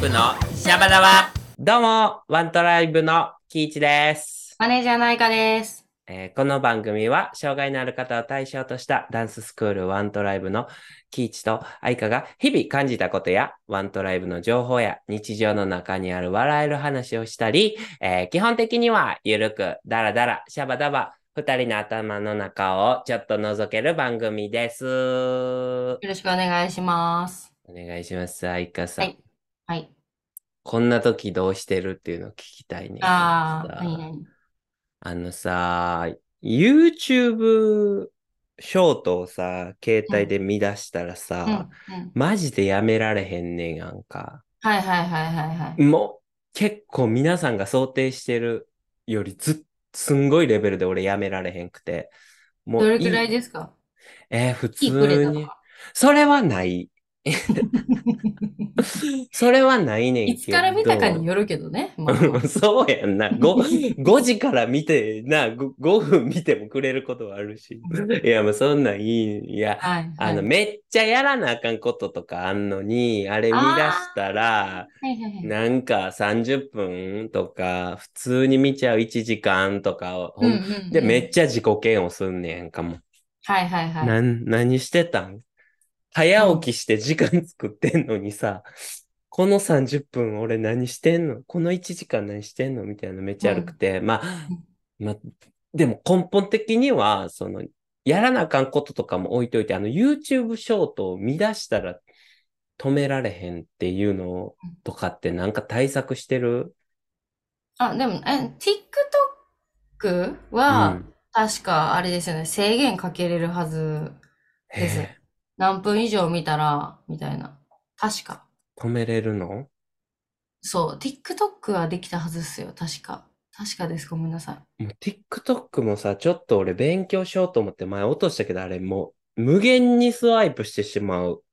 ブのシャバダバ。どうも、ワントライブのキイチです。 マネージャーのあいかです。 この番組は、障害のある方を対象としたダンススクールワントライブのキイチとアイカが日々感じたことや、ワントライブの情報や日常の中にある笑える話をしたり、基本的にはゆるく、ダラダラ、シャバダバ、二人の頭の中をちょっと覗ける番組です。およろしくお願いします。 願いします、アイカさん。 はい。はい。 こんな時どうしてるっていうのを聞きたいねんけどああ、何さ。 々。 あのさ、YouTube ショートをさ、携うん、 帯で見出したらさ、 うん、うん。 マジでやめられへんねんやんか。 はいはいはいはいはい。 もう、結構皆さんが想定してるよりすんごいレベルで俺やめられへんくて。もどれくらういい、 いですか？ 普いいくれ通に。 たとか。 それはない。それはないねんけいつから見たかにど、 よるけどね。まあまうんそうやんな。5時から見て、5分見てもくれることはあるし。 あ。うん。 いや、もうそんなんいい。いや、 はいはい。 めっちゃやらなあかんこととかあんのに、あれ見出しあたら、 あ、はいはいはい。 なんか30分とか、普通に見ちゃう1時間とかを、 うんうんで、 うん。 めっちゃ自己嫌悪すんねんかも。 はいはいはい。 何してたん？ うん。 早起きして時間作ってんのにさ、この30分俺何してんの？この1時間何してんのみたいなのめっちゃ悪くうん。 て。まあ、でも根本的には、やらなあかんこととかも置いといて、YouTube ショートを見出したら止められへんっていうのとかってなんか対策してる？ あ、でも、TikTok は、 うん。 確かあれですよね。制限かけれるはずです。 へえ、 何分以上見たら、みたいな。確か。 止めれるの？ そう。TikTok はできたはずっすよ。確か。確かです。ごめんなさもう TikTok もさ、ちょっと俺勉強しようと思って前落としたけど、あれもう無限にスワイプしてしまう。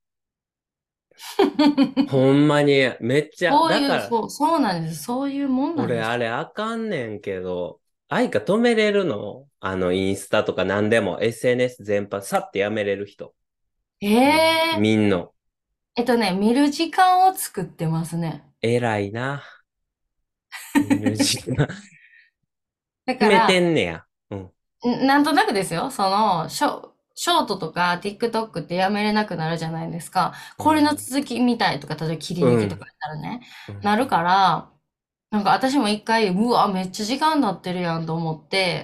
い。 ほんまに、めっちゃ、 そういう、 だから、 そうなんです。そういうもんなんです。 俺あれあかんねんけど、愛か止めれるの？インスタとか何でも SNS 全般、さってやめれる人。 ええみんな。 見る時間を作ってますね。 偉いな。見る時間。決めてだから、 んねや。うん。 なんとなくですよ。ショートとか TikTok ってやめれなくなるじゃないですか。これのうん。 続き見たいとか、例えば切りうん。 抜きとかやったらね、 うん。 なるから、なんか私も一回、うわ、めっちゃ時間経ってるやんと思って、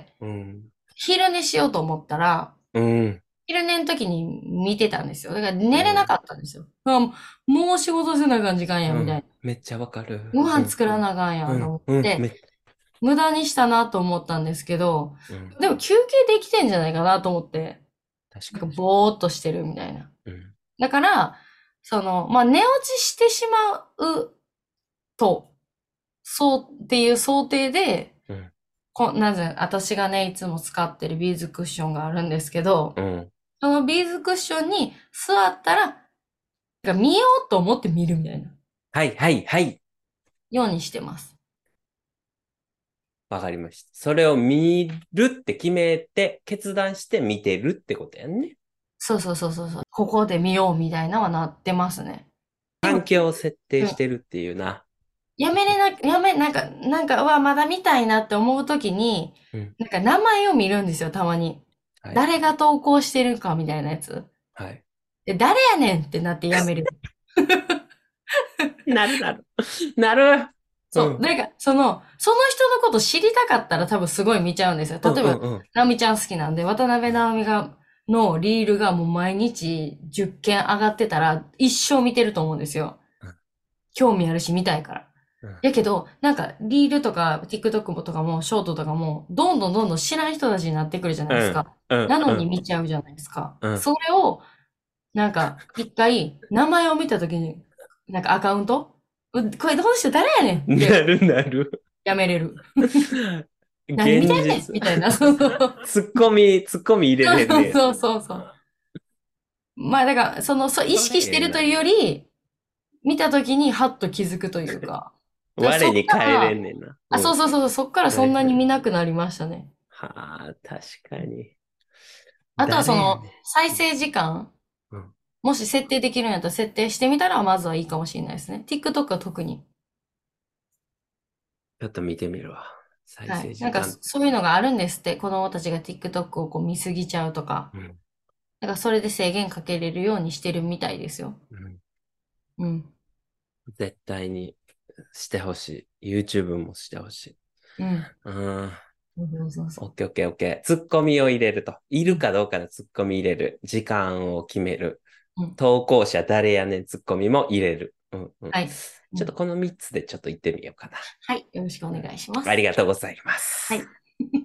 うん。 昼寝しようと思ったら、 うん。 昼寝の時に見てたんですよ。だから寝れなうん。 かったんですよ。もう仕事せなあかん時間や、 うん。 みたいな。 めっちゃわかる。 ごうん。 飯作らなあかんやんとうん。 思っうん。 て、無駄にしたなと思ったんですけど、 うん。 でも休憩できてんじゃないかなと思って、なんか確かに。 ぼーっとしてるみたいな。 うん。 だから、寝落ちしてしまうと、そうっていう想定で、 うん。 なぜ、私がね、いつも使ってるビーズクッションがあるんですけど、 うん。 そのビーズクッションに座ったら、見ようと思って見るみたいな、 はい、はい、はい。 ようにしてます。 わかりました。それを見るって決めて、決断して見てるってことやんね。 そうそうそうそうそう。ここで見ようみたいなはなってますね。でも、 環境を設定うん、 してるっていうな。 やめれな、やめ、なんか、うわ、まだ見たいなって思うときに、 うん。 なんか名前を見るんですよ、たまに。 はい。 誰が投稿してるかみたいなやつ。 はい。 で、誰やねんってなってやめる。 なるなる。なる。うそう。 ん。 その人のこと知りたかったら多分すごい見ちゃうんですよ。 うん例えば、 うんうん。 ナミちゃん好きなんで、渡辺直美のリールがもう毎日10件上がってたら一生見てると思うんですよ。興味あるし見たいから。 うん。 やけど、なんか、リールとか、TikTok とかも、ショートとかも、どんどんどんどん知らん人たちになってくるじゃなうん。 いですか。 うん。 なのにうん。 見ちゃうじゃないですか。 うん。 それを、なんか、一回、名前を見たときに、なんかアカウントこれどうして誰やねんで、 なるなる。 やめれる。何見てんねん現実。 みたいな。そうそう。 ツッコミ入れれんねそうそうそう。まあ、だから、意それ識してるというええな。 より、見たときにハッと気づくというか。そっ我に返れから、 んねんな。 あ、 うん。 そうそうそう、そっからそんなに見はいはい。 なくなりましたね。 はあ、確かに。 あとは誰やね再生時間ん。うん。 もし設定できるんやったら設定してみたら、まずはいいかもしれないですね。TikTok は特に。 ちょっと見てみるわ。再はい。なんか、 生時間。 そういうのがあるんですって。子供たちが TikTok をこう見すぎちゃうとか。 うん。 だからそれで制限かけれるようにしてるみたいですよ。 うん。 うん。 絶対にしてほしい。YouTube もしてほしい。 うん。 うん。 そうそうそうそオッケーオッケーオッケー。ツッコミを入れると。いう。うん。 るかどうかのツッコミ入れる。時間を決める。 うん。 投稿者誰やねんツッコミも入れる。うんうん。 はい。うん。 ちょっとこの3つでちょっと行ってみようかはい。よろしくおな。うん。 願いしまありす。 がとうございます。 はい。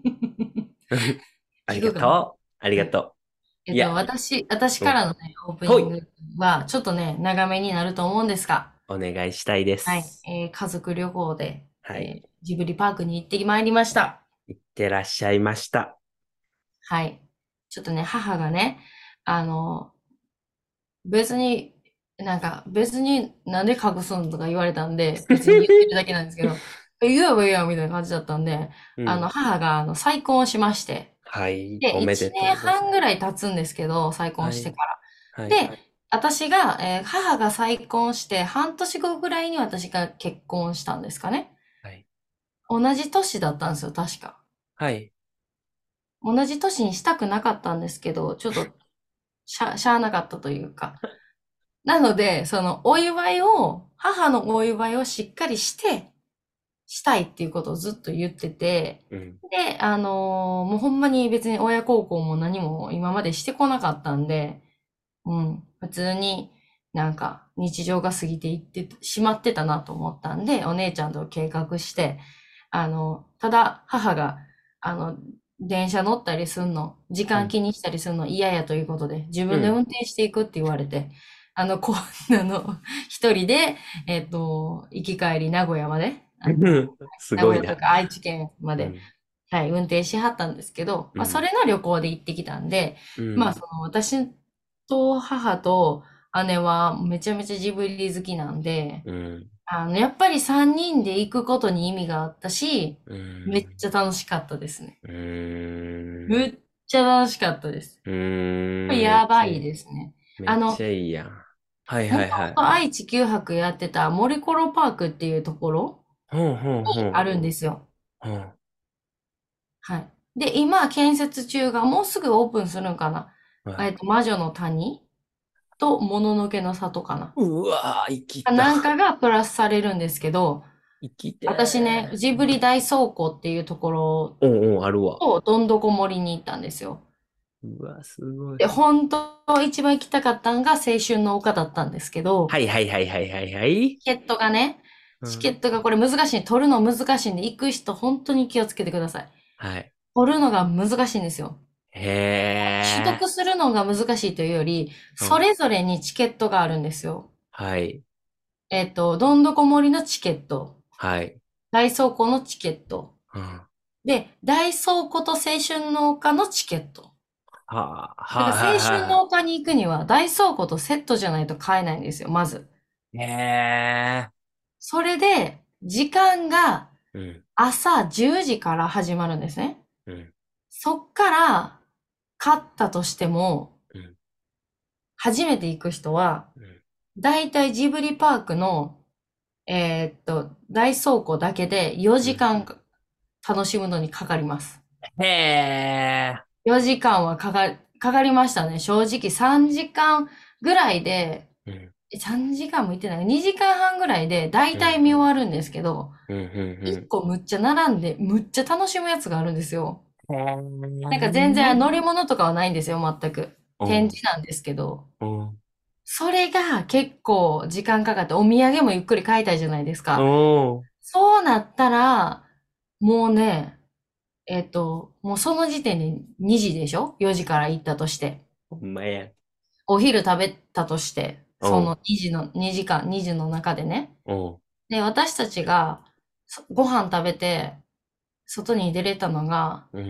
ありが聞くかな。 とう。ありはい。 がとう。いや、 私うん。 からのね、オープニほい。 ングは、ちょっとね、長めになると思うんですが、 お願いしたいではい。 す。 家族旅行で、 はい。 ジブリパークに行ってまいりました。 いってらっしゃいました。 はい。ちょっとね、母がね、あの、別に、別になんで隠すんとか言われたんで、別に言ってるだけなんですけど、言えばいいや、みたいな感じだったんで、 うん。 母が、再婚をしまして、 はい。 で、 おめで 1 とうござい年半ぐらい経つんですけど、再ます。はい。 婚してから。 はい。 で、私が、母が再婚して半年後ぐらいに私が結婚したんですかね。 はい。 同じ年だったんですよ、確か。 はい。 同じ年にしたくなかったんですけど、ちょっとしゃあなかったというか。なので、母のお祝いをしっかりしたいっていうことをずっと言ってて、 うん。 で、もうほんまに別に親孝行も何も今までしてこなかったんで、うん、普通に日常が過ぎていってしまってたなと思ったんで、お姉ちゃんと計画して、ただ母が、あの、電車乗ったりすんの、時うん。 間気にしたりするの嫌やということで、自うん。 分で運転していくって言われて、あの、一人で、行き帰り名古屋まで、 す名ごいな。 古屋とか愛知県まで、 うん。 はい、運転しはったんですけど、まあ、そうん。 れの旅行で行ってきたんで、まあ、 うん。 私と母と姉はめちゃめちゃジブリ好きなんで、 うん。 やっぱり3人で行くことに意味があったし、 うめっん。 ちゃ楽しかったですね。 うーん。 むっちゃ楽しかったです。 うーん。めっやばいちゃいい。 ですね。 めっちゃいいやん。はいもともはいはい。 と愛知9泊やってた森コロパークっていうところほんほんほん。 にあるんですよ。 ほん。 はい。で、今建設中がもうすぐオープンするんかな。 はい。 魔女の谷ともののけの里かな。 うわー、生きた。 なんかがプラスされるんですけど、 生き私ね、 てジブリ大倉庫っていうところー。うんうん、あるわ。 とどんどこ森に行ったんですよ。 うわ、すごい。 で、本当一番行きたかったのが青春の丘だったんですけど、 はいはいはいはいはいはい。 チケットがね、チケうん。 ットがこれ難しい。取るの難しいんで、行く人本当に気をつけてください。 はい。 取るのが難しいんですよ。 へ取え。 得するのが難しいというより、 うん。 それぞれにチケットがあるんですよ。 はい。 どんどこ森のチケット、 はい。 大倉庫のチケット、 うん。はで、大倉庫と青春の丘のチケット。 あ、 だからはいはい青春はの丘に行くには大倉庫とセットじゃないと買えないんですよ、まず。 い。へえ。 それで、時間がうん。 朝10時から始まるんですね。 うん。 そっから買ったとしても、 うん。 初めて行く人は、 うん。 だいたいジブリパークの、大倉庫だけで4 うん。 時間楽しむのにかかります。 へえ。 4時間はかかりましたね。正直3時間ぐらいで、 うん。 3時間も行ってない。2時間半ぐらいで大うん。 体見終わるんですけど、 うん。う 1 ん。 個むっちゃ並んで、むっちゃ楽しむやつがあるんですよ。 へ全然え。 乗り物とかはないんですよ、全く。 うん。 展示なんですけど。 うん。 それが結構時間かかって、お土産もゆっくり買いたいじゃないですうか。 ん。 そうなったら、もうね、もうその時点で2時でしょ？ 4 時から行ったとして。 ほんまや。 お昼食べたとして、 うん。 その2時間、2時の中でね。 うん。 で、私たちがご飯食べて、外に出れたのがうん。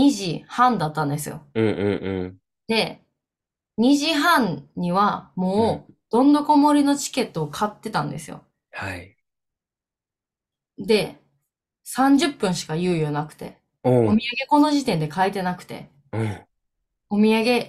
2時半だったんですよ。 うん。うん。 で、2時半にはうん。 もう、どんどこ森のチケットを買ってたんですよ。 はい。 で、30分しか猶予なくて、 うん。 お土産この時点で買えてなくて、 うん。 お土産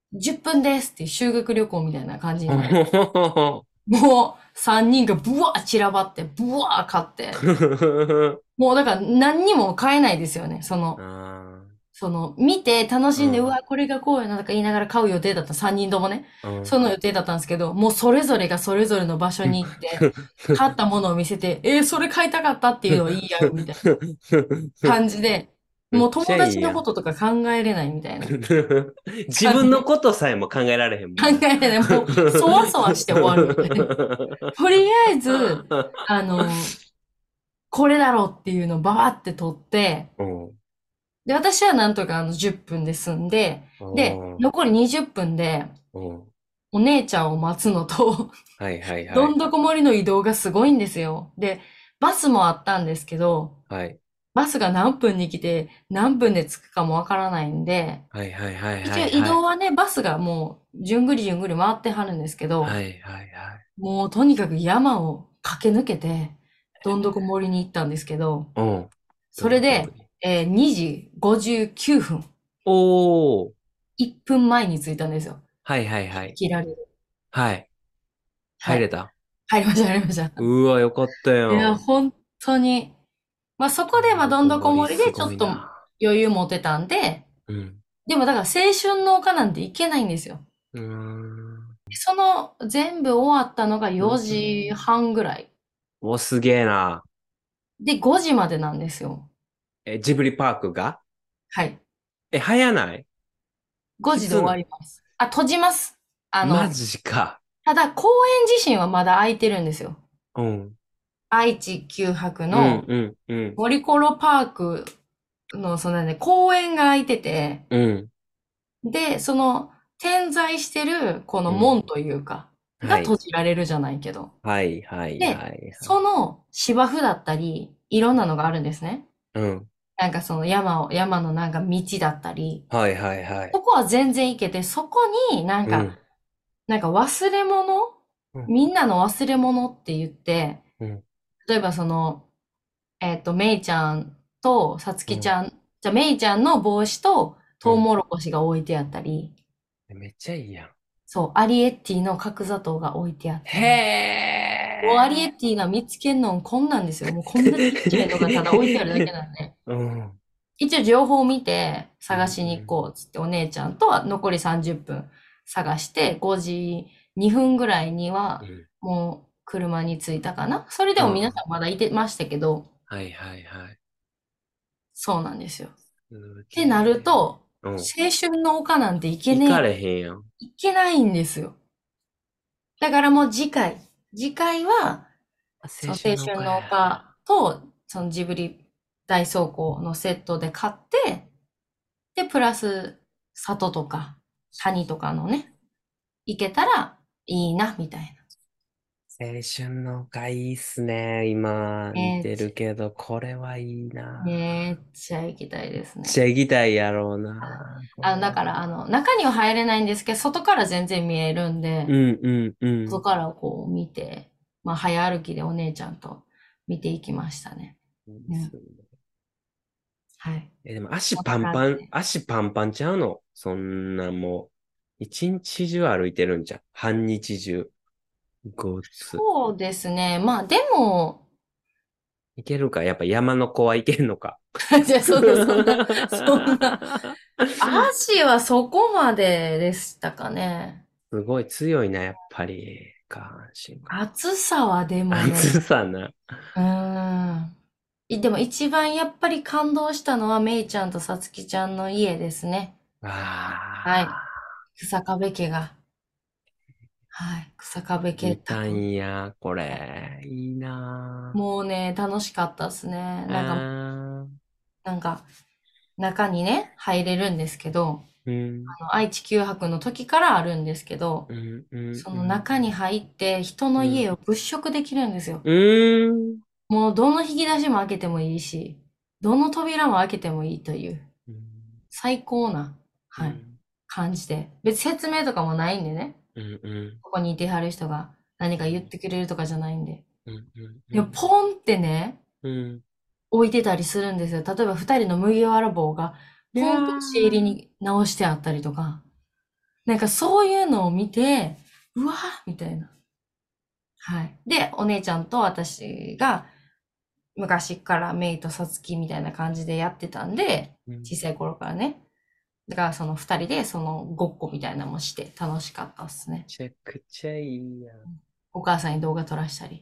10分ですっていう修学旅行みたいな感じになって、 おもう3人がブワー散らばって、ブワー買って、 ーもうだから何にも買えないですよね。 あ見て楽ー、うしんで、うわ、 ん、 これがこうやなとか言いながら買う予定だった3人ともね。 うん。 その予定だったんですけど、もうそれぞれがそれぞれの場所に行って、買ったものを見せて、それ買いたかったっていうのを言い合うみたいな感じで、 めっもうちゃ友達のこいいやん。 ととか考えれないみたいな自分の感じ。 ことさえも考えられへんも考んな。 えれない。もう、そわそわして終わるみたいな。とりあえず、あの、これだろうっていうのをババって取って、 うん。 で、私はなんとか10分で済んで、で、 おー残り20分で、 うん。 お姉ちゃんを待つのと、 はいはいはい。 どんどこ森の移動がすごいんですよ。で、バスもあったんですけど、 はい。 バスが何分に来て何分で着くかもわからないんで、 はいはいはいは一応移いはい。 動はね、バスがもう、じゅんぐりじゅんぐり回ってはるんですけど、 はいはいはい。 もうとにかく山を駆け抜けて、どんどこ森に行ったんですけど、 うん。どんそれで、 どこ森。 2時59分、 おー。 1分前に着いたんですよ。 はいはいはい。 切られる。 はい。 はい。 入れた。 入りました、入りました。 うわ、よかったいや、 よ。 本当に、まあそこで、まあどんどこどんどこ森す森でちょっとごいな。 余裕持てたんで、 うん。 でもだから青春の丘なんて行けないんですよ。 うーん。 その全部終わったのが4 うん。 時半ぐらい。 お、すげえな。 で、5時までなんですよ。 ジブリパークがはい。 早ない？ 5時で終わきつな。 ります。あ、閉じます。 マジか。 ただ公園自身はまだ空いてるんですよ。 うん。 愛知九博うん、 のうん、うん、 森コロパークの、ね、公園が空いてて、 うん、 で、点在してる、このうん。 門というか、がはい。 閉じられるじゃないけど。 はい、はい、はで、 い、はい。 その芝生だったり、いろんなのがあるんですね。 うん。 なんかその山のなんか道だったり、 はい、はい、はい。 そこは全然行けて、そこにうん、 なんか忘れ物うん、 みんなの忘れ物って言って、 うん、 例えばめいちゃんとさつうん。 きちゃん、じゃあめいちゃんの帽子とトウうん。 モロコシが置いてあったり、 めっちゃいいやん。 そう、アリエッティの角砂糖が置いてあったへり、もうアリエッえ。 ティが見つけんのこんなんですよ。もうこんだけちっちゃいのがただ置いてあるだけなんで。 うん、 一応情報を見てうん、 探しに行うん、 こうっつってお姉ちゃんとは残り30分探して5時2分ぐらいにはうん。 もう車に着いたかな。それでも皆うん。 さんまだいてましたけど、 はい、はい、はい。 そうなんですよ。っすげてなるえ。 と、 うん。 青春の丘なんて行かれへんやん。 いけないんですよ。だからもう次回は、その青青春の春の丘や。 丘と、そのジブリ大倉庫のセットで買って、で、プラス、里とか、谷とかのね、行けたらいいな、みたい青春の丘いいっすね。今、 な。 見てるけど、これはいいめっな。 ちゃ行きたいですめっちゃね。 行きたいやろうな。これだから、 は。 中には入れないんですけど、外から全然見えるんで、 うんうんうん。 外からこう見て、まあ、早歩きでお姉ちゃんと見ていきましたね。 いいっうん。 すね。 はい。 でも足こんなパンパン、 感じで。 足パンパンちゃうの？そんなもう、一日中歩いてるんじゃん。半日中。ごっつ。 そうですね。まあ、でも、 いけるか？やっぱ山の子はいけんのか？ じゃあ、そんな、足はそこまででしたかね。 すごい強いな、やっぱり。下半身が。 暑さはでもね、 暑さな。 うーん。でも一番やっぱり感動したのはめいちゃんとさつきちゃんの家ですね。はい。 ああ。 草壁家が。はい。草壁家見た宅。 んや、これ。いいなもうね、楽しかったですね。 ぁ。あーなんか、中にね、入れるんですけど、 うん、 愛知九博の時からあるんですけど、 うん、うん、 そのうん、 中に入って人のうん、 家を物色できるんですよ。 うーん、 もうどの引き出しも開けてもいいし、どの扉も開けてもいいという、 うん、 最高な、はい、 うん、 感じで。別に説明とかもないんでね。 うん、うん、 ここにいてはる人が何か言ってくれるとかじゃないんで。 うん、うでも、 ん、 ポンってね、 うん。 置いてたりするんですよ。例えば二人の麦わら帽が、 いやポンと押し入りー、 に直してあったりとか。 なんかそういうのを見て、うわーみたいな。はい。で、お姉ちゃんと私が昔からメイとサツキみたいな感じでやってたんで、 うん。 小さい頃からね。だからその二人でそのごっこみたいなのもして楽しかったっすめね。 ちゃくちゃいいやん。 お母さんに動画撮らしたり。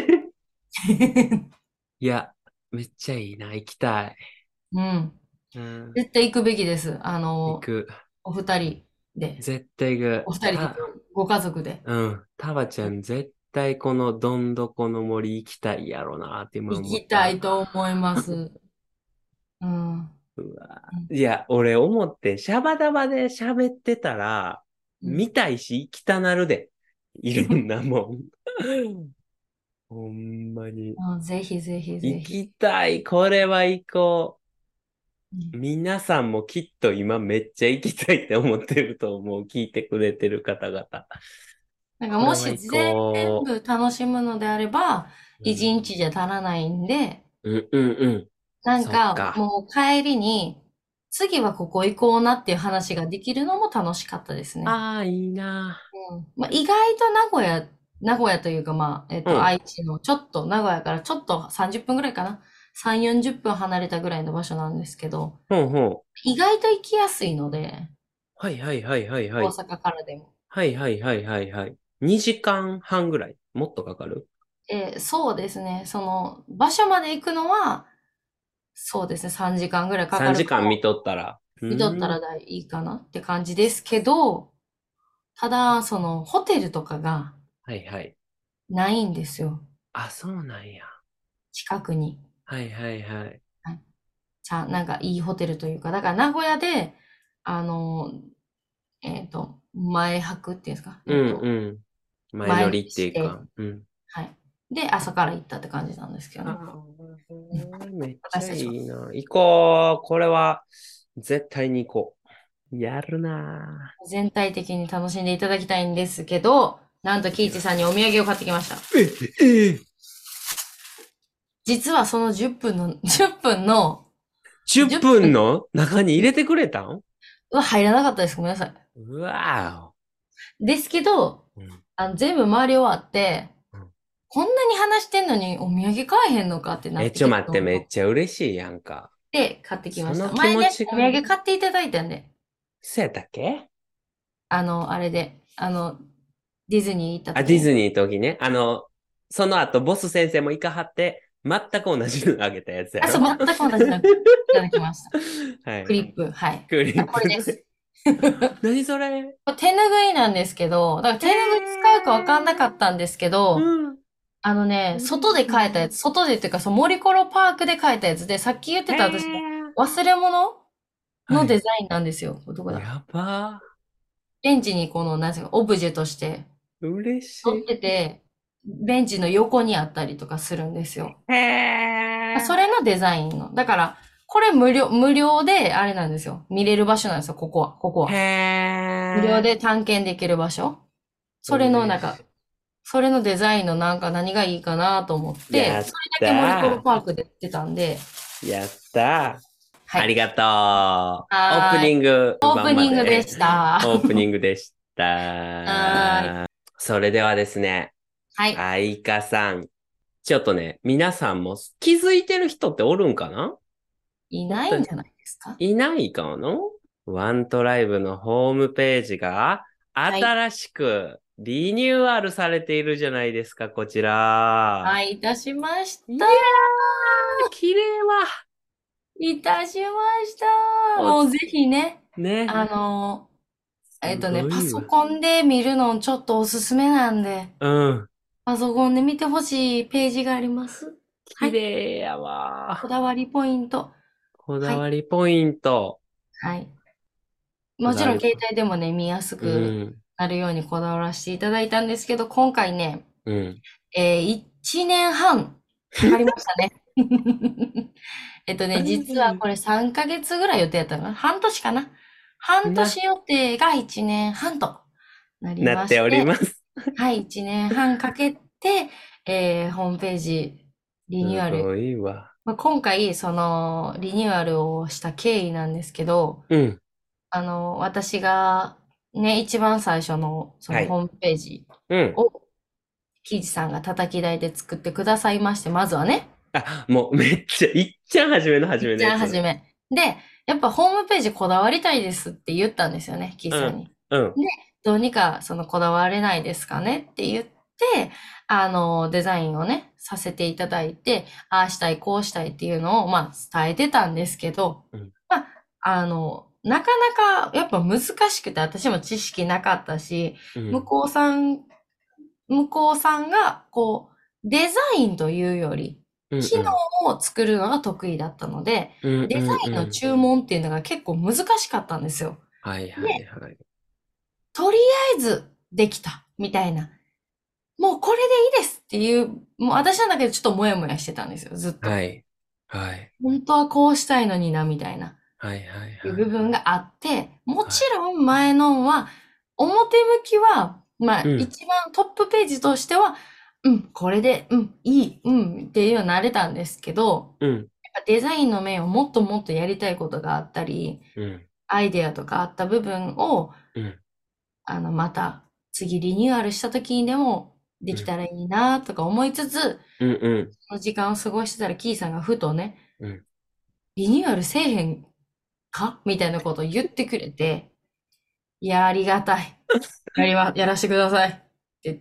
いや、めっちゃいいな。行きたい。 うん。 うん。 絶対行くべきです。 行く。 お二人で。 絶対行く。 お二人とご家族で。 うん。タバちゃん、絶対このどんどこの森行きたいやろなって今行思った。 きたいと思います。うん。 うわいや、俺思って、シャバダバで喋ってたら、 うん。 見たいし、行きたなるで。いろんなもん。ほんまに。 うん、ぜひぜひぜ行ひ。 きたい。これは行こう。 うん。 皆さんもきっと今めっちゃ行きたいって思ってると思う。聞いてくれてる方々。 なんかもこれは行し全こ部楽しむのであれば、 う。う一ん、 日じゃ足らないんで、 うん、うん、うん。 なんかそっか。 もう帰りに、次はここ行こうなっていう話ができるのも楽しかったですね。 ああ、いいな。 うん。まあ、意外と名古屋というかうん、 愛知のちょっと、名古屋からちょっと30分ぐらいかな。3、40分離れたぐらいの場所なんですけど、 ほんほん。 意外と行きやすいので、 はいはいはいはいはい。 大阪からでも。 はいはいはいはいはい。2時間半ぐらいもっとかかる？ そうですね。その、場所まで行くのは、そうですね。3時間ぐらいかか 3 るかも。 時間見とったら。う見とったーん。 らいいかなって感じですけど、ただ、その、ホテルとかがはいはい。 ないんですよ。 あ、そうなんや。 近くに。 はいはいはい。 はい。なんかいいホテルというか、だから名古屋で、あの、前泊っていうんですか、 うんうん。前乗前乗りってりして、 いうか。うん。 はい。で、朝から行ったって感じなんですけどあね。うん。 あ、めっちゃ私たちは。 いいな。行こう。これは、絶対に行こう。やるな全体的に楽しんでいただきたいんですけど、なんとぁ。いや、 キイチさんにお土産を買ってきました。 え、 実はその10分の、10分の、 10 10分分の中に入れてくれたん？ は入らなかったです。ごめんなさい。 うわですけど、 ぁ。うん。 全部回り終わって、 うん。 こんなに話してんのにお土産買えへんのかってなって結ちょ待って、めっ構ちゃ嬉しいやんか。 で買ってきました。 その気前ね、お土持ちが、 産買っていただいたんで、 そうやったっけ？ あれで、ディズニー行ったあ、 時に。 ディズニーの時ね。その後、ボス先生も行かはって、全く同じのあげたやつやあ、そう、 ろ？ 全く同じのいただきました。 はい。 クリップ、はい。あ、 クリッこれです。 プね。何それ？ これ手ぬぐいなんですけど、だからえ手ぬぐい使うかわかんなかー、 ったんですけど、 うん。 外で嬉しい。 買えたやつ、外でっていうか、その森コロパークで買えたやつで、さっき言っへてた私のー。 忘れ物はい。 のデザインなんですよ。これどこだ？ やばベンチにこの、なんていうか、オブジェとしてー。嬉し乗ってて、ベンチの横にあったりとかするんですよ。 い。へー。 それのデザインの。だから、これ無料で、あれなんですよ。見れる場所なんですよ、ここは。ここは。無料へで探検できる場所。 ー。 それの、 嬉しそれのデザインのなんか何がいいかなと思っい。 て、 やっそれだけ森コロたパークで売ってたんで、 ー。やったー。 はい。 ありがとう。オープはーい。 ニングオープ版まで。 ニングでした。 オープニングでしはーい。 た。それではですね、 はい。 愛花さん。ちょっとね、皆さんも気づいてる人っておるんかな？ いおったないんじゃないですか？ いないかな？ワントライブのホームページがはい。 新しくリニューアルされているじゃないですか、こちら。 はい、いたしましいやた。 ー、綺麗わ。 いたしました。 おつ、 もうぜひね、 ね。 あの、 すパごいわ。 ソコンで見るのちょっとおすすめなんで、 うん。 パソコンで見てほしいページがあります。は綺い。 麗やわ。 こだわりポイント。 こだわはい。 りポイント。 はい。もちろん携こだわりポイント。 帯でもね、見やすうくん。 なるようにこだわらせていただいたんですけど、今回ね、 うん。 1年半かかりましたね。実はこれ3ヶ月ぐらい予定やったのかな？半年かな？半な、 年予定が1年半となりなっておりまして、 ます。 はい、1年半かけて、ホームページリニューアル。 すごいわ。 まあ、今回、その、リニューアルをした経緯なんですけど、 うん。 私がね、一番最初のそはい。 のホームページうん。 を、キイチさんが叩き台で作ってくださいまして、まずはね、 あ、もうめっちゃ、いっちゃん初めの初いっちゃんめのやつ。 初め。で、やっぱホームページこだわりたいですって言ったんですよね、キイうん。 さんに。 うん。 で、どうにかそのこだわれないですかねって言って、デザインをね、させていただいて、ああしたい、こうしたいっていうのを、まあ、伝えてたんですけど、 うん。 まあ、なかなかやっぱ難しくて、私も知識なかったし、向うん。 こうさん向こうさんが、こう、デザインというより、 うん。 機うん。 能を作るのが得意だったので、 うん。 デザうん。 インのうん。 注文っていうのが結構難しかったんですよ。 はいで、 はいはい。 とりあえずできた、みたいな。もうこれでいいですっていう、もう私の中でちょっとモヤモヤしてたんですよ、ずっと。 はい。はい。 本当はこうしたいのにな、みたいな。 はいはいいうはい。 部分があって、もちはい。 ろん前のは、表向きは、まあ、 うん。 一番トップページとしては、うん、これで、うん、いい、うんっていうようになれたんですけど、 うん。 やっぱデザインの面をもっともっとやりたいことがあったり、 うん。 アイデアとかあった部分を、 うん。 また次リニューアルした時にでもでうん。 きたらいいなとか思いつつ、 うん。うん。 その時間を過ごしてたらキーさんがふとね、 うん。 リニューアルせえへんかみたいなことを言ってくれて、いや、ありがたい。やらしてください。って言って。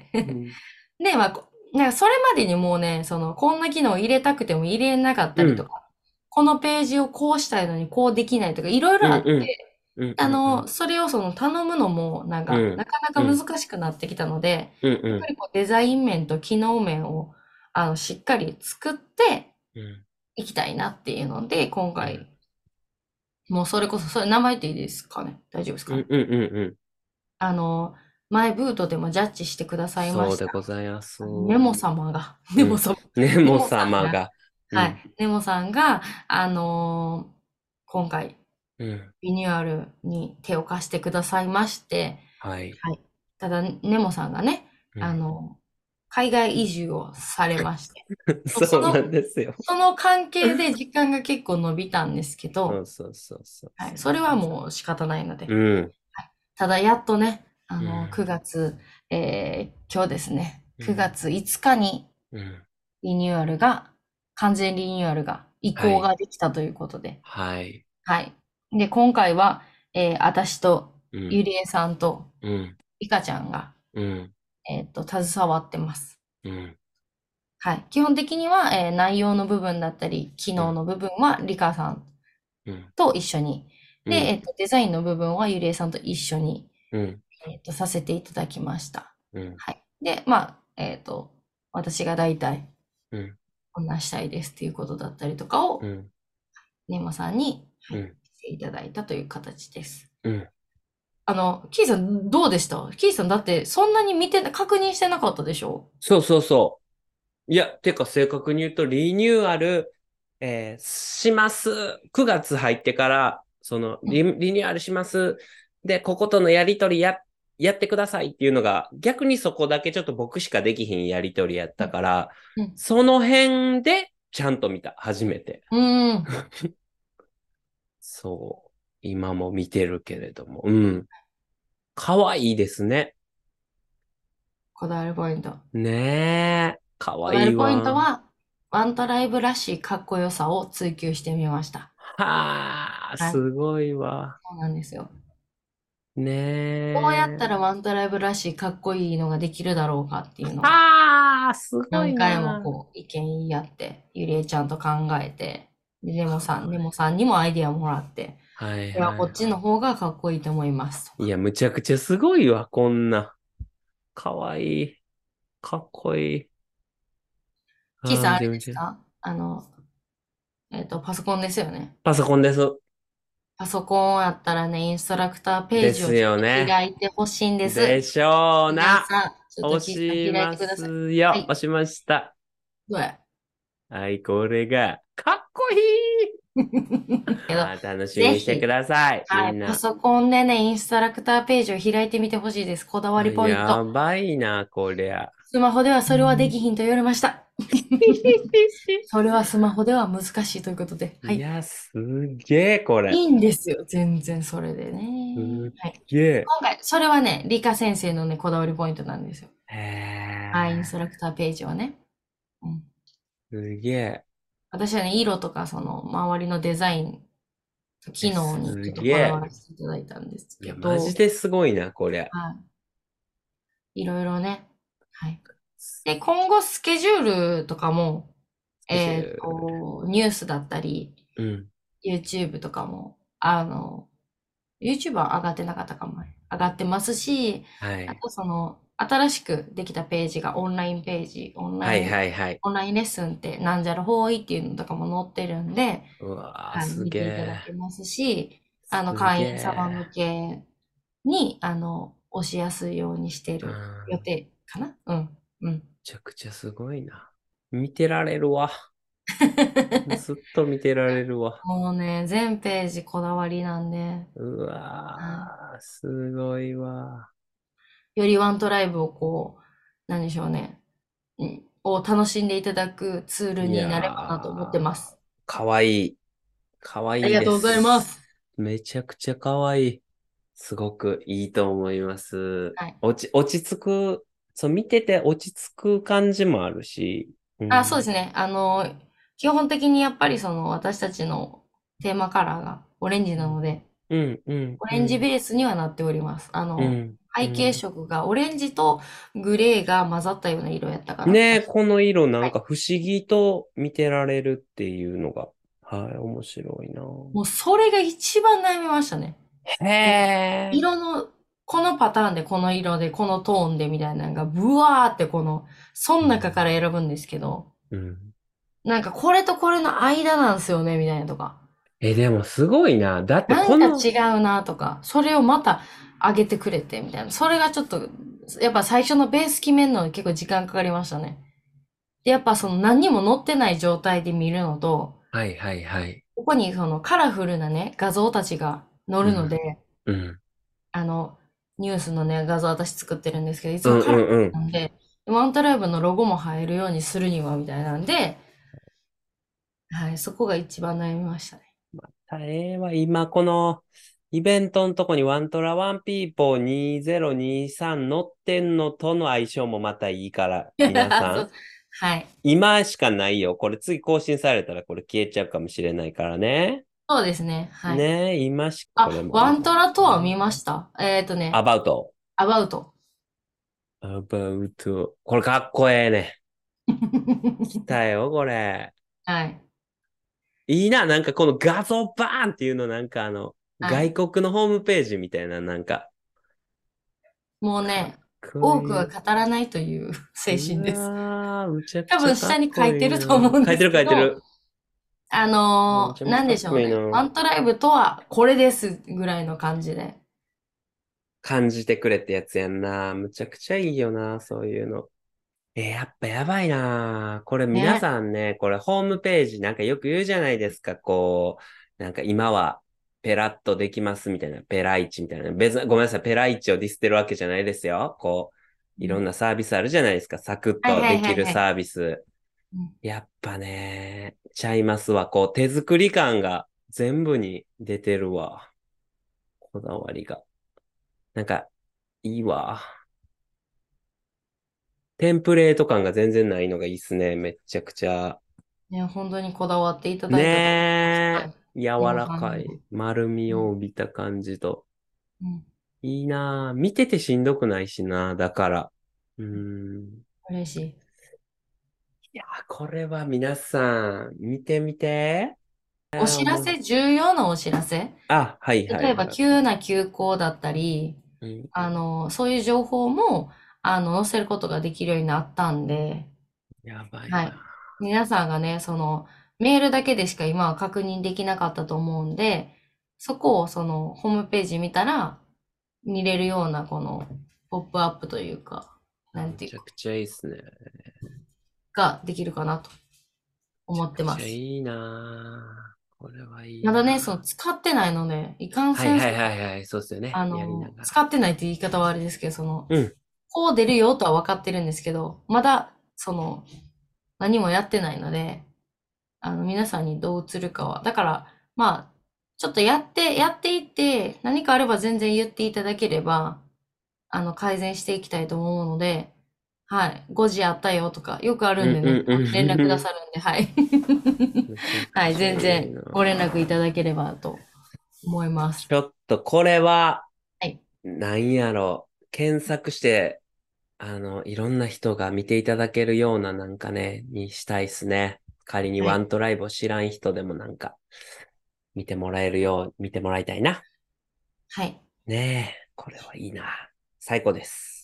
うん。 で、まあ、なんかそれまでにもうね、こんな機能入れたくても入れなかったうん。 りとか、このページをこうしたいのにこうできないとか、いろいろあって、 うん。うん。 それを頼むのも、なんか、 うん。 なかなかうん。 難しくなってきたので、 うん。うん。 やっぱりこうデザイン面と機能面を、しっかり作ってうん。 いきたいなっていうので、今うん。 回、もうそれこそ、それ名前っていいですかね？大丈夫ですかね？ うん。うん。うん。 あの、前ブートでもジャッジしてくださいました。 そうでございます。 ネモ様が、 うん。ネモネモさんが、 様が。うん。 はい、ネモさんが、今回、 うん。 リニューアルに手を貸してくださいまして、 はい。 はい。ただ、ネモさんがね、 うん。 海外移住をされまして、 そうなんですよ。 その関係で時間が結構伸びたんですけど、 そうそうそうそうはい、 そう。 それはもう仕方ないので、 うん。 ただ、やっとね、 うん。 9月、今日ですね、9 うん。 月5日にうん。 リニューアルが、完全リニューアルが、移行はい。 ができたということで、 はい。 はい。で、今回は、私と、 うん。 ゆりえさんと、 うん。 いかちゃんが、 うん。 携わってます。 うん。 はい。基本的には、内容の部分だったり、機うん。 能の部分は、りかさんうん。 と一緒に、で、 うん。 デザインの部分は、ゆりえさんと一緒に、 うん。 させていただきました。 うん。 はい。で、まあ、私が大体、 うん。 こんなんしたいですっていうことだったりとかを、 うん。 ネモさんに、はい、 うん。 していただいたという形です。 うん。 キーさんどうでした？キーさんだってそんなに確認してなかったでしょ？ そうそうそう。いや、てか正確に言うと、リニューアル、します。9月入ってから、 うん、 リニューアルします。で、こことのやりとりやってくださいっていうのが、逆にそこだけちょっと僕しかできひんやりとりやっうん、 たから、 うん。 その辺でちゃんと見た、初めて。 うーん。 そう。今も見てるけれども。うん。かわいいですね。 こだわりポイント。 ねえ。かわいいこだわりポイントわ。 は、ワントライブらしいかっこよさを追求してみました。 はあ、 はい。 すごいわ。 そうなんですよ。 ねどうやったらえ。 ワントライブらしいかっこいいのができるだろうかっていうのをはあ、すごい何回もな。 こう意見言い合って、ゆりえちゃんと考えて、でネモかわいい。 さんにもアイディアもらって、 はいいや、 はいはこっちの方がかっこいいと思いますとい。いや、 か。 むちゃくちゃすごいわ、こんな。かわいい。かっこいい。ああ、 キーさんあれ自分ち。 ですか？パソコンですよね。 パソコンです。 パソコンやったらね、インストラクターページをですちょっとよね。 開いてほしいんです。 でしょうな。 皆さん、ちょっと押キーさんしま開いてください。 すよ。 はい。 押しました。 どうや？ はい、これが、かっこいい。 けど、 楽しみにしてくぜひ、 ださい、みはい、パんな。 ソコンでね、インストラクターページを開いてみてほしいです。こだわりポイント。 やばいな、こりゃ。 スマホではそれはできひんと言われました。それはスマホでは難しいということで。はい。 いや、すげえ、これ。 いいんですよ。全然それですね。はい。 げえ。 今回、それはね、理科先生のね、こだわりポイントなんですよ。 へはい、インストえ、 ラクターページはね。うん。 すげえ。 私はね、色とか、その、周りのデザイン、機能にすちょっとげえ。 こだわらせていただいたんですいや、 けど、 マジですごいな、これ。 はい。いろいろね。はい。で、今後スケジュールとかも、 スケジュール。 ニュースだったり、 うん。 YouTube とかも、YouTube は上がってなかったかもね。上がってますし、 はい。 あとその、新しくできたページがオンラインページ、 はいはいはい。 オンラインレッスンってなんじゃらほいっていうのとかも載ってるんで、 うわー、 はい、 すげ見ていただえ。 けますし、 すげ会員様え。 向けに、押しやすいようにしてうん。 る予め定かな。うん、うん。 ちゃくちゃすごいな。見てられるわ。ずっと見てられるわ。 もうね、全ページこだわりなんで、 うはい。 わー、すごいわ。 よりワントライブをこう、なんでしょうね。を楽しんでいただくツールいやになればなと思ってまー、 す。 かわいい。かわいいでありがとうございます。 す。 めちゃくちゃかわいい。すごくいいと思います。 はい。 落ち着く、そう、見てて落ち着く感じもあるし。うあ、そうでん。 すね。基本的にやっぱりその私たちのテーマカラーがオレンジうん、 なので、 うん、うん、 オレンジうん、 ベースにはなっております。 うん。 背景色がオレンジとグレーが混ざったような色やったかな。 ねえ、 確か。 この色なはい。 んか不思議と見てられるっていうのが、はい、面白いな。 もうそれが一番悩みましたね。 へもうえ。 色の、このパターンで、この色で、このトーンでみたいなのが、ブワーってその中から選ぶんですけど、 うん。 なんかこれとこれの間なんですよね、みたいなとか。 え、でもすごいな。だってなんかこの、 違うなとか、それをまた上げてくれて、みたいな。それがちょっと、やっぱ最初のベース決めるのに結構時間かかりましたね。で、やっぱその何にも載ってない状態で見るのと、 はいはいはい。 ここにそのカラフルなね、画像たちが載うん。 るので、 うん。 あの、ニュースのね、画像私作ってるんですけど、いつうんもカラフうんうん。 ルなんで、ワントライブのロゴも入るようにするには、みたいなんで、はい、そこが一番悩みましたね。 ええわ、今このイベントのとこにワントラワンピーポー2023乗ってんのとの相性もまたいいから、皆さん。 そう、はい。 今しかないよ。これ次更新されたらこれ消えちゃうかもしれないからね。 そうですね、はい。 ねえ、今しかこれあ、 もまた。 ワントラとは見ました？ アバウト。 アバウト。 アバウト。これかっこええね。来たよ、これ。 はい。 いいな、なんかこの画像バーンっていうのなんかはい。 外国のホームページみたいななんか、かっもうね、 こ多くは語いい。 らないという精神うです。 わー、むちゃく多ちゃ分下に書かっこいてるといいな。 思うんで書いてる書すけど、 いてる。めなんちゃめちゃかっでしょうね。 こいいな。 ワントライブとはこれですぐらいの感じで。 感じてくれってやつやんな。むちゃくちゃいいよな、そういうの。やっぱやばいな。これ皆ね。 さんね、これホームページなんかよく言うじゃないですか。こう、なんか今はペラッとできますみたいな、ペライチみたいな。別に、ごめんなさい、ペライチをディスってるわけじゃないですよ。こう、いろんなサービスあるじゃないですか。サクッはいはいとではいはい。 きるサービス。 うん。 やっぱね、ちゃいますわ。こう、手作り感が全部に出てるわ。こだわりが。なんか、いいわ。テンプレート感が全然ないのがいいっすね。めっちゃくちゃ。 ね、本当にこだわっていただいたと思います。はねい。 え、柔皆らさんにも。 かい、丸みうん。 を帯びた感じと。 うん。 いいなぁ。見ててしんどくないしな。だから。うーん。 嬉しい。 いやー、これは皆さん、見てみて。 お知らせ、重要なお知らせ。 あ、はいは例えば、 いはい。 急な休校だったり、 うん、 そういう情報も、載せることができるようになったんで、 やばいな。 はい。皆さんがね、メールだけでしか今は確認できなかったと思うんで、そこをホームページ見たら、見れるような、ポップアップというか、 あ、 なんていうか、 めちゃくちゃいいっすね。めができるかなと思ちゃくってます。 ちゃいいなぁ。これはいいまだね、 な使ってないので、いかんぁ。はいはいせんはいはい。そうっすよね。やりながら。 使ってないって言い方はあれですけど、 うん。 こう出るよとは分かってるんですけど、まだ、何もやってないので、皆さんにどう映るかは。だから、まあ、ちょっとやっていって、何かあれば全然言っていただければ、改善していきたいと思うので、はい。5時あったよとか、よくあるんでね、 うんうんう連絡くだん。 さるんで、はい。 難はい、 し全然いな。 ご連絡いただければと思います。 ちょっとこれは、 はい。 なんやろ検索して、いろんな人が見ていただけるようななんかね、にしたいっすね。仮にはい。 ワントライブを知らん人でもなんか、見てもらいたいな。 はい。 ねえ、これはいいな。最高です。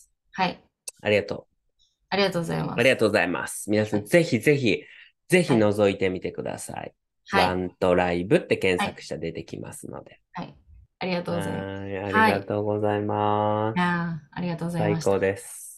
はい。 ありがとありがとうございう。ありがます。 とうございます。皆さん、 はい。 ぜひぜひ、ぜひはい。 覗いてみてください。 はい。 ワントライブって検はい。 索したら出てきますので。 はい。ありがとうはございます。 ーい、ありがはい。 とうございます。 ありがとうございました。 最高です。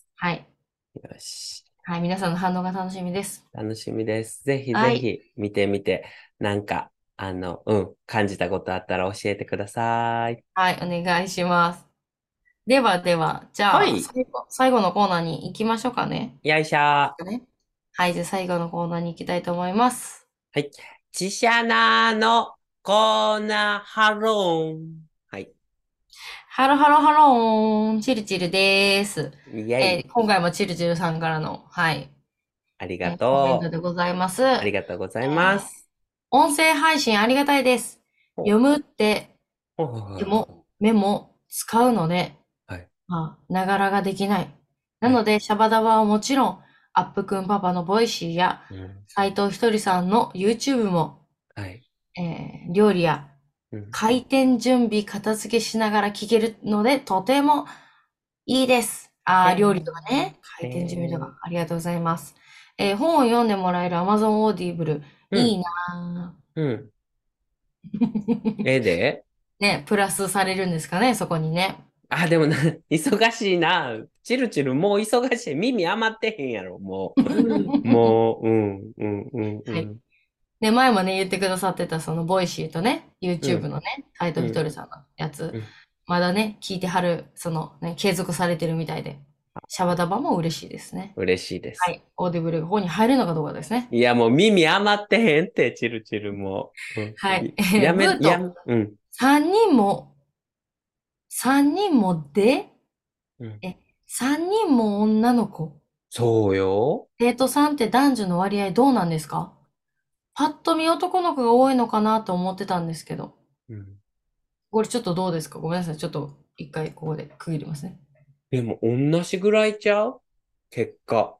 はい。 よし。 はい。皆さんの反応が楽しみです。 楽しみです。ぜひはい。 ぜひ見てみて、なんか、感じたことあったら教えてください。 はい。お願いします。ではでは、じゃあ、 はい。 最後のコーナーに行きましょうかね。 よいしょ。はね。はい。じゃあ最後のコーナーに行きたいと思います。 い。ちしゃなのコーナーハローン。はい。 ハロハロハローン、チルチルです。 イェイ。 今回もチルチルさんからの、はい、 ありがコメントとう。 でございます。 ありがとうございます。 音声配信ありがたいです。 ほ読むってほほほほ。 でもメモ使うので、 はい。 まあ、ながらができない。なはい。 ので、シャバダバはもちろん、アップくんパパのボイシーや、 うん。 斉藤ひとりさんの YouTube も、 はい。 料理やうん。 開店準備片付けしながら聞けるので、とてもいいです。料理とかね、 え開店準備とー、 か、ありがとうございます。本を読んでもらえる Amazon Audible、 うん。 いいなうん。 ぁ。 ええでね、プラスされるんですかね、そこにね。 あ、でもな、忙しいな。チルチル、もう忙しい。耳余ってへんやろ、もう。もう、うん、うん、うん、うはい。 ん。 で、前もね、言ってくださってた、その、ボイシーとね、 う YouTube ん、 のね、斉うん、 藤ひとりさんのやつ、 うん。 まだね、聞いてはる、継続されてるみたいで、シャバダバも嬉しいですね。 嬉しいです。 はい。オーディブルがここに入るのかどうかですね。 いや、もう耳余ってへんって、チルチルも。うん。 はい。 やめ、 ブーと、 やめ、うん、 3人も、3人もで、 うん。 え、3人も女の子。 そうよ。 生徒さんって男女の割合どうなんですか？パッと見男の子が多いのかなと思ってたんですけど。 うん。 これちょっとどうですか？ごめんなさい。ちょっと一回ここで区切りますね。 でも、同じぐらいちゃう結果。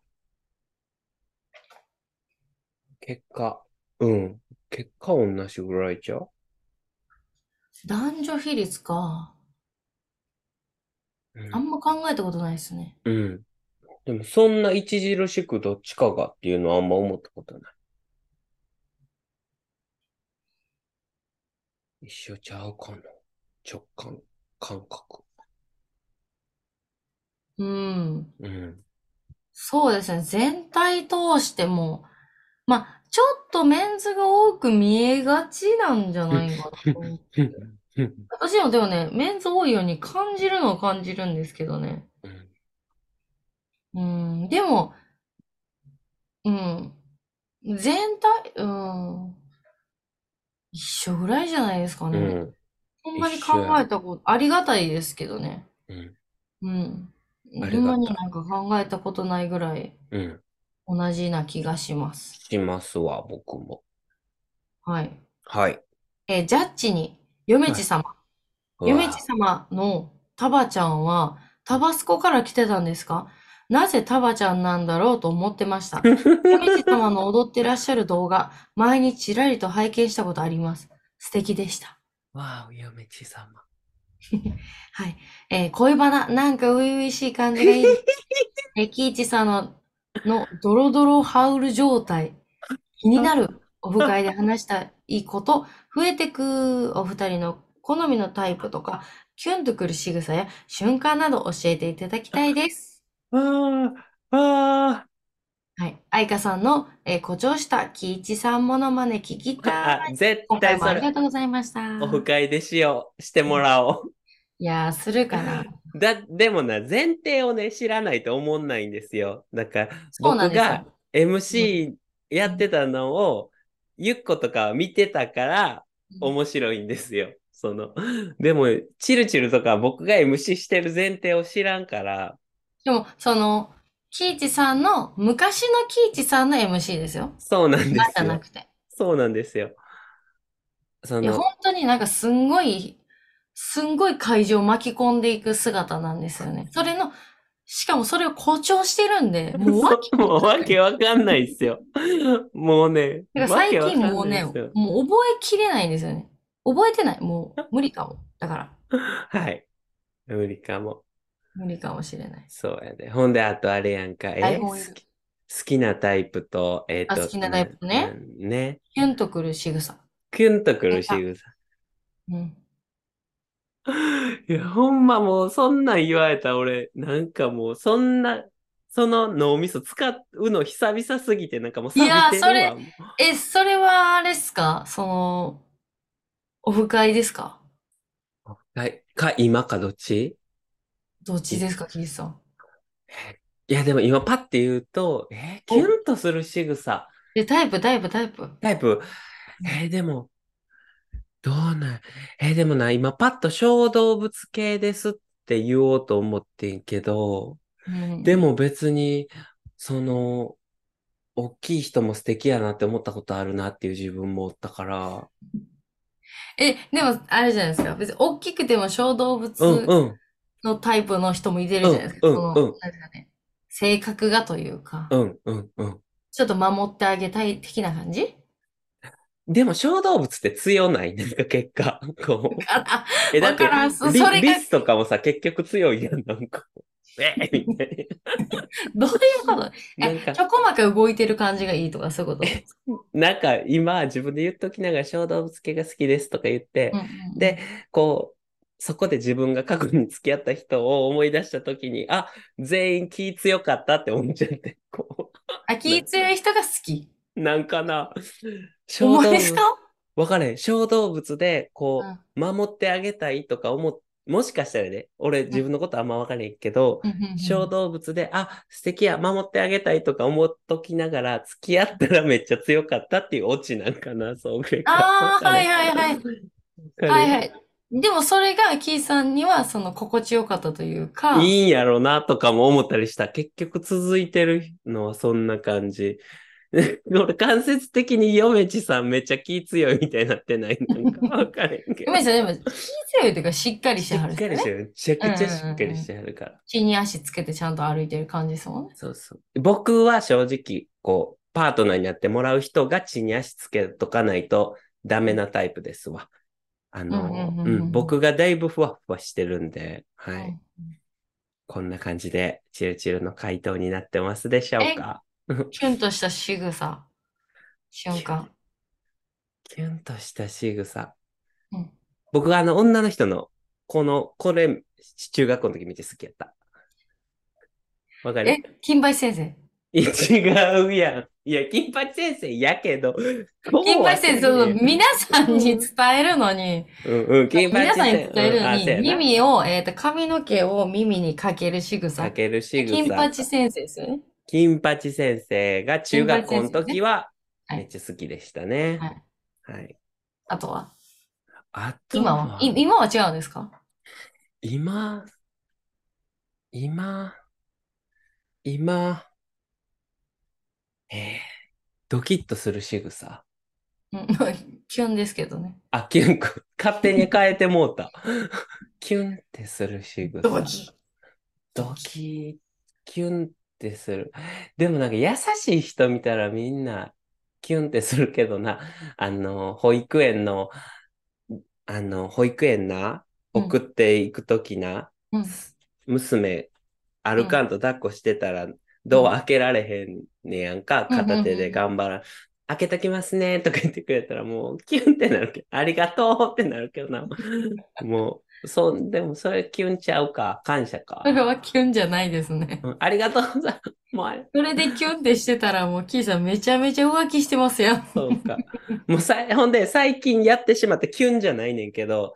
結果。うん。結果同じぐらいちゃう男女比率か。 うん。 あんま考えたことないですね。 うん。でも、そんな著しくどっちかがっていうのはあんま思ったことない。一緒ちゃうかな。直感、感覚。 うん。 うん。 そうですね。全体通しても、まあ、ちょっとメンズが多く見えがちなんじゃないかなと思って。私もでもね、メンズ多いように感じるのは感じるんですけどね。うん。でも、うん。全体、うん。一緒ぐらいじゃないですかね。 うん。 ほん一まに考緒や。 えたこと、ありがたいですけどね。 うん。 うん。 あほんまにりがたい。 なんか考えたことないぐらいうん。 同じな気がします。 しますわ、僕も。 はい。 はい。 ジャッジに、嫁はい。 地様。嫁地うわ。 様のタバちゃんは、タバスコから来てたんですか？なぜタバちゃんなんだろうと思ってました。嫁地様の踊ってらっしゃる動画、毎日ちらりと拝見したことあります。素敵でした。 わあ、お嫁ち様。 はい。恋バナ、なんか初々しい感じがいいです。キイチさんのドロドロハウル状態。気になる。オフ会で話したいこと、増えてくお二人の好みのタイプとか、キュンとくる仕草や瞬間など教えていただきたいです。 ああ、あはい。愛花さんの、誇張したキイチさんモノマネ聞きたい。 あ、絶今回もあり対それ、 がとうございましオフた。 会でしよう。してもらおう。 いやー、するかな。 でもな、前提をね、知らないと思んないんですよ。だから、 そうなんですよ。 僕がうん。 MC やうん。 ってたのを、ゆっことか見てたからうん。 面白いんですよ。でも、チルチルとか僕が MC してる前提を知らんから、 でも、キイチさんの、昔のキイチさんの MC ですよ。 そうなん今ですよ。 じゃなくて。 そうなんですよ。そいや、本の、 当になんかすんごい会場を巻き込んでいく姿なんですよね。しかもそれを誇張してるんで、もうわけわもうわかんない。 けわかんないっすよ。もうね、 だからわけ最近わかんもうね、 ないっすよ。 もう覚えきれないんですよね。覚えてない。もう無理かも。だから、 はい。無理かも。 無理かもしれない。 そうやで。ほんで、あとあれやんか。 台本いる。 好きなタイプと、 あ、好きなタイプね。 ね。 キュンとくる仕草。 キュンとくる仕ネタ。 草。 うん。 いや、ほんまもう、そんなん言われたら俺、なんかもう、その脳みそ使うの久々すぎて、なんかもう錆びいやー、 てるわ。 それはあれっすかオフ会ですか？ はい。今かどっち？ どっちいですか、キリスさん。 いや、でも今パッて言うと、キュお、 ンとする仕草。 タイプ。 タイプ。でも、どうなん、でもな、今パッと小動物系ですって言おうと思ってんけど、 うん。 でも別に、その、大きい人も素敵やなって思ったことあるなっていう自分もおったから、 でも、あれじゃないですか。別に大きくても小動うん物うん、 のタイプの人もいてるうんじゃないですか。 うんうん、 なんですかね。性格がというか、 うんうんうん。 ちょっと守ってあげたい的な感じ。 でも小動物って強ないなんか結果。だってわからん。それが、 リスとかもさ、結局強いやん、なんか。みたいどういうことな。なんか、 ちょこまか動いてる感じがいいとかそういうこと？ なんか今自分で言っときながら小動物系が好きですとか言って、 うんうんうで、 ん。 こう、そこで自分が過去に付き合った人を思い出したときに、あ、全員気強かったって思っちゃって、 あ、気強い人が好き。 なんかな、 ほん小動物、 まですか？ わかれん、小動物で、 うん。 守ってあげたいとかもしかしたらね、俺うん。 自分のことあんまわかれんけど、 うん。うん。う小ん。 動物で、あ、素敵や、守ってあげたいとか思っときながら、付き合ったらめっちゃ強かったっていうオチなんかな、それか。わああ、はいかれん。 はいはい。 わかる。 はいはい。でもそれがキーさんには心地よかったというか、 いいんやろな、とかも思ったりした。結局続いてるのはそんな感じ。俺間接的に嫁地さんめっちゃ気強いみたいになってない？なんかわかれんけど。 梅さんでも気強いというかしっかりしてしっはる人よね。 かりしてる。めちゃうんうんくちゃしっかりしうんうん。 てあるから。 地に足つけてちゃんと歩いてる感じですもんね。 そうそう。僕は正直、パートナーになってもらう人が地に足つけとかないとダメなタイプですわ。 うんうんうんうん僕がだいぶふわふわしてるんで、はい。 うん。 こんな感じで、チルチルの回答になってますでしょうえ、 か？ キュンとした仕草、瞬キュン、 間。 キュンとした仕草。 うん。 僕が女の人の、これ、中学校の時めっちゃ好きやった。わかる？ 金八先生。 違うやん。いや、金八先生やけど、こうは金八先生、 せえへん。 皆さんに伝えるのに、 うんうん、金皆さんに八先生、うん、あ、そう伝えるのに、 やな。 髪の毛を耳にかける仕草。 かける仕金草。 八先生ですよね。 金八先生が中金八学校の先生ですね。 時ははい。 めっちゃ好きでしたね。 はい。 はい。 あとはあとは、 今は違うんですか？ 今、今、今、えードキッとする仕草。 うん、キュンですけどね。 あ、キュンく、勝手に変えてもうた。キュンってする仕草。 ドキ、ドドキ。 キ、キュンってする。でもなんか優しい人見たらみんなキュンってするけどな。保育園な、 うん、 送っていくときな、 うん、 娘、歩かうん、 んと抱っこしてたら、 うん、 ドア開けられへんねやんか、 うん、うん、 片手でうん。 頑張らん。開けときますね、とか言ってくれたら、もう、キュンってなるけど、ありがとうってなるけどな。もう、でもそれキュンちゃうか、感謝それはか。 キュンじゃないですね。 うん、ありがとうございます。もうそれでキュンってしてたらもうキーさんめちゃめちゃ浮気してますやん。 そうか。ほんで、最近やってしまってキュンじゃないねんけど、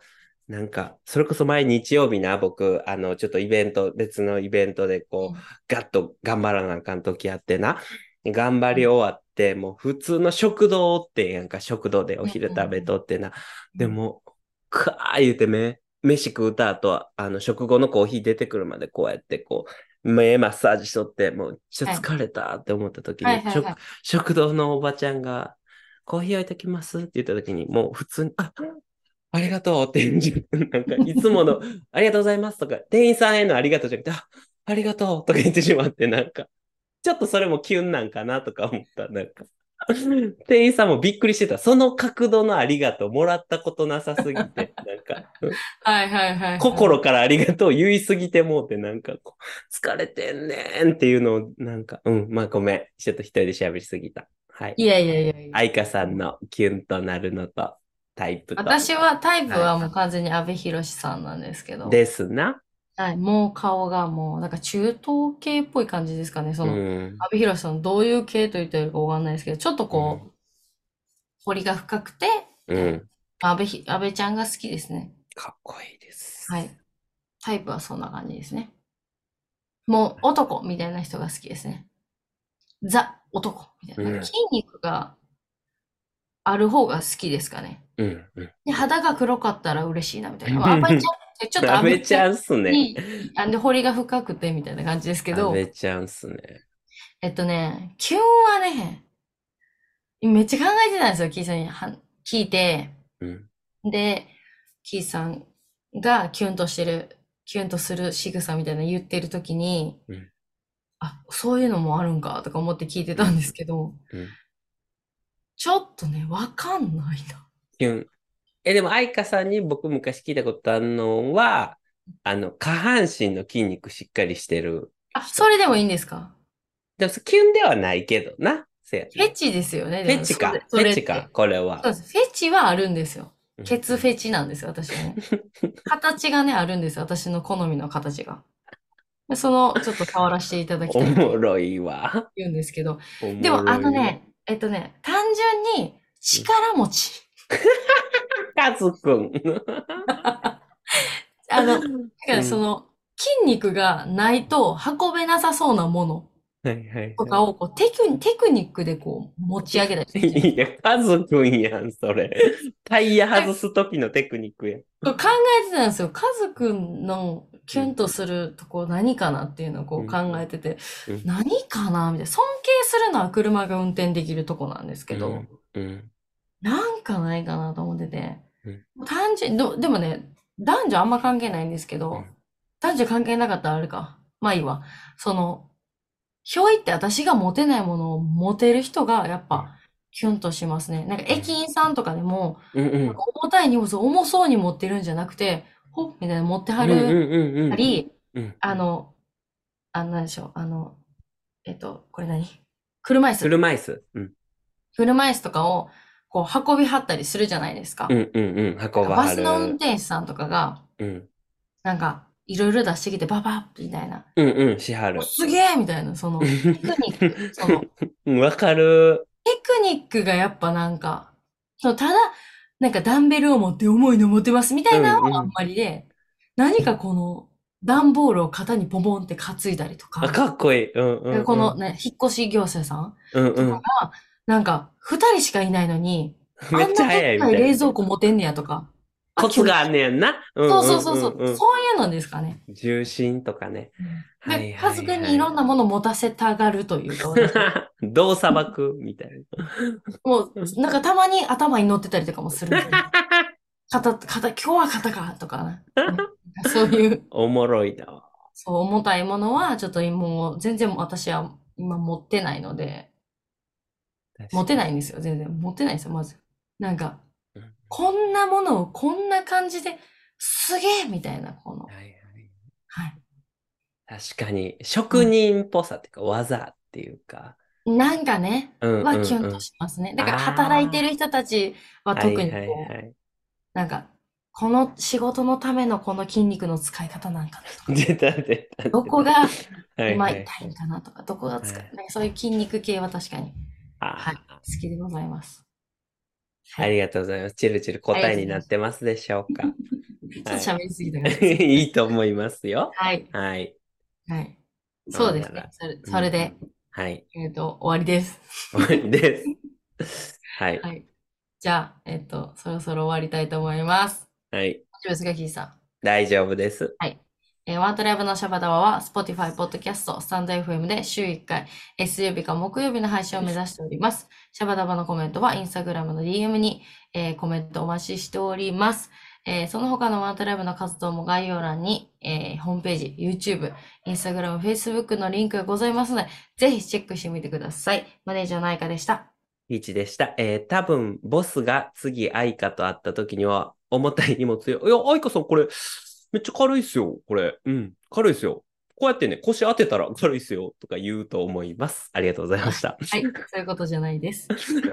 なんか、それこそ前日曜日な、僕、ちょっと別のイベントでこう、 うん。 ガッと頑張らなあかん時あってな。頑張り終わって、もう普通の食堂ってやんか、食堂でおうん。 昼食べとってな。 うん。 でも、かー言うて飯食うた後、食後のコーヒー出てくるまでこうやってこう、目マッサージしとって、もう、ちょっはい。 と疲れたって思った時に、 はいはいはい。 食堂のおばちゃんが、コーヒー置いときますって言った時に、もう普通に、ありがとうってなんか、いつもの、ありがとうございますとか、店員さんへのありがとうじゃなくて、ありがとうとか言ってしまって、なんか、ちょっとそれもキュンなんかなとか思った。なんか、店員さんもびっくりしてた。その角度のありがとうもらったことなさすぎて、なんか、 はいはいはいはい。 心からありがとう言いすぎてもうて、なんかこう、疲れてんねんっていうのを、なんか、まあごめん。ちょっと一人で喋りすぎた。はい。 いやいやいやいや。 愛花さんのキュンとなるのと、タイプと。 私はタイプはい。 はもう完全に阿部寛さんなんですけど、 ですな。 はい、もう顔がもうなんか中東系っぽい感じですかね。そうの、 ん。 阿部寛さんどういう系と言ったらいいかわかんないですけど、ちょっとうん。 こう、彫りが深くて、みたいな。 うん。 安倍ちゃんが好きですね。 かっこいいです。 はい。タイプはそんな感じですね。もう男みたいな人が好きですね。ザ男みたいな。なんか筋うん。 肉がある方が好きですかね。 うん。うん。 で、肌が黒かったら嬉しいなみたいな。まあ、安倍ちゃんってちょっとあ安倍ちゃんべちゃんっすね。 に、で、彫りが深くてみたいな感じですけあべど、 ちゃんっすね。 キュンはね、めっちゃ考えてたんですよ、キーさんに聞いて。 うん。 で、キーさんがキュンとする仕草みたいなの言ってる時に、 うん。 あ、そういうのもあるんかとか思って聞いてうん。 たんですけど、 うん。 ちょっとね、わかんないな。 キュン。でも、愛花さんに僕昔聞いたことあるのは、下半身の筋肉しっかりしてるあ、そ人。 れでもいいんですか？ でも、キュンではないけどな。せやな。 フェチですよね、 フでも、 ェチか。フそェチか、 れって。 これは。 そうです。フェチはあるんですよ。 うん。 ケツフェチなんですよ、私はね。形がね、あるんですよ、私の好みの形が。でちょっと触らせていただきおたいってもろいわ。 言うんですけど、 おもでもろいわ。 単純にうん。 力持ち。 カズくん。 だからうん。 筋肉がないと運べなさそうなものはいはいはい。 とかを、テクニックでこう、持ち上げたりするんですよ。 いや、カズくんやん、それ。タイヤ外すときのテクニックやん。 考えてたんですよ。カズくんのキうん。 ュンとするとこ何かなっていうのをこう考うん。 えてて、 うん。 何かなみたいな。尊敬するのは車が運転できるとこなんですけど、 うん。うん。 なんかないかなと思ってて。 うん。 でもね、男女あんま関係ないんですけど、 うん。 男女関係なかったらあれか。まあいいわ。ひょいって私が持てないものを持てる人がやっぱキュンとしますね。なんか駅員さんとかでも、 うん。うん。 なんか重たい荷物を重そうに持ってるんじゃなくて、ほっみたいな持ってはうん。うん。 るうん。 たり、 うん。 あの、なんでしょう、これ車椅子。 車椅子。うん。 車椅子とかをこう運びはったりするじゃないですか。 うん。うん。うん。運ばなんかバスの運はる。 転手さんとかが、 うん。 なんかいろいろ出してきてババッみたいな。 うん。うん。しはる。 すげえみたいな、テクニック、 わかる。 テクニックがやっぱなんか、ただ、なんかダンベルを持って重いの持てますみたいなのはあんうん。うん。 まりで、何かこの、段ボールを肩にポンポンって担いだりとあ、 か、 かっこいい。うん。うん。うん。 引っ越し業者さんうん。 とかうん。 が、なんか、二人しかいないのに、 めあんなでっっちゃ早いみかい冷たいな。 蔵庫持てんねやとか、あ、キュン。 コツがあんねやんな。うん。 そううん。 そうそうそう、 うん。うん。 そういうのですかね。 重心とかね。はで、 いはカズくんいはい。 にいろんなもの持たせたがるというか、私は。 どうさばくみたいもな。 う、なんかたまに頭に乗ってたりとかもするんですよ。今日は肩かとかね。そういう、 おもろいな。 そう、重たいものは、ちょっともう、全然私は今持ってないので、持確かに。 てないんですよ、全然。持ってないんですよ、まず。なんか、 うん。 こんなものをこんな感じで、すげえみたいな、 はいはい。 はい。 確かに、職は人っぽさっていうか、技っていうか。 い。なんかね、 うんうはキュンとんうん。 しますね。だから働いてある人たちはあ、は特いにこう、 はいはい。 なんか、この仕事のためのこの筋肉の使い方なんかなとか。 出た出たど出た。 こがはい今痛いんはいはい。 かなとか、どこが使う、 はい。 なんかそういう筋肉系は確かに、はい、 ああ、 好きでございます。はい。 ありがとうございます。チルチルありが答えになっとうございます。 てますでしょうか。 ちょっと喋りすぎたかな。 いいと思いますよ。 はい。 はい。 はい。 ほそうですね。 んなら。うん。 それで、 はい。 終わりです。 終わりです。はい。 はい。じゃあ、そろそろ終わりたいと思います。 はい。 大丈夫ですか、キーさん。 大丈夫です。 はい。ワントライブのシャバダバは、Spotify、Podcast、スタンド FM で週1回、水曜日か木曜日の配信を目指しております。シャバダバのコメントは、Instagram の DM に、コメントお待ちしております。その他のワントライブの活動も概要欄に、ホームページ、YouTube、Instagram、Facebook のリンクがございますので、ぜひチェックしてみてください。マネージャーの愛花でした。 リーチでした。多分、ボスが次、愛花と会った時には、重たい荷物よ。いや、愛花さん、これ、めっちゃ軽いっすよ。これ。うん。軽いっすよ。こうやってね、腰当てたら軽いっすよ。とか言うと思います。ありがとうございました。 はい。そういうことじゃないです。